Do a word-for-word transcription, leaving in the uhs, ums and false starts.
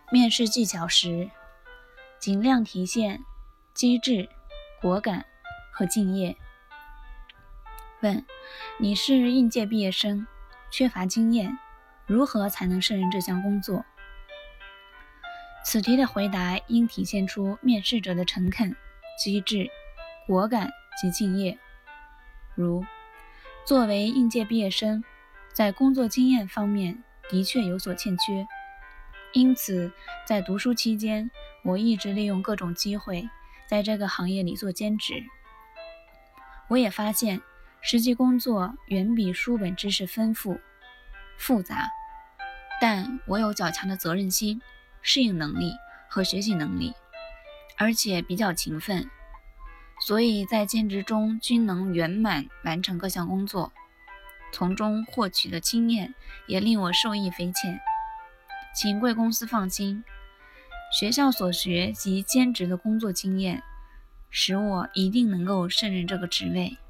面试技巧时，尽量体现机智、果敢和敬业。问：你是应届毕业生，缺乏经验，如何才能胜任这项工作？此题的回答应体现出面试者的诚恳、机智、果敢及敬业。如：作为应届毕业生，在工作经验方面的确有所欠缺，因此在读书期间，我一直利用各种机会在这个行业里做兼职。我也发现实际工作远比书本知识丰富复杂，但我有较强的责任心、适应能力和学习能力，而且比较勤奋，所以在兼职中均能圆满完成各项工作，从中获取的经验也令我受益匪浅。请贵公司放心，学校所学及兼职的工作经验使我一定能够胜任这个职位。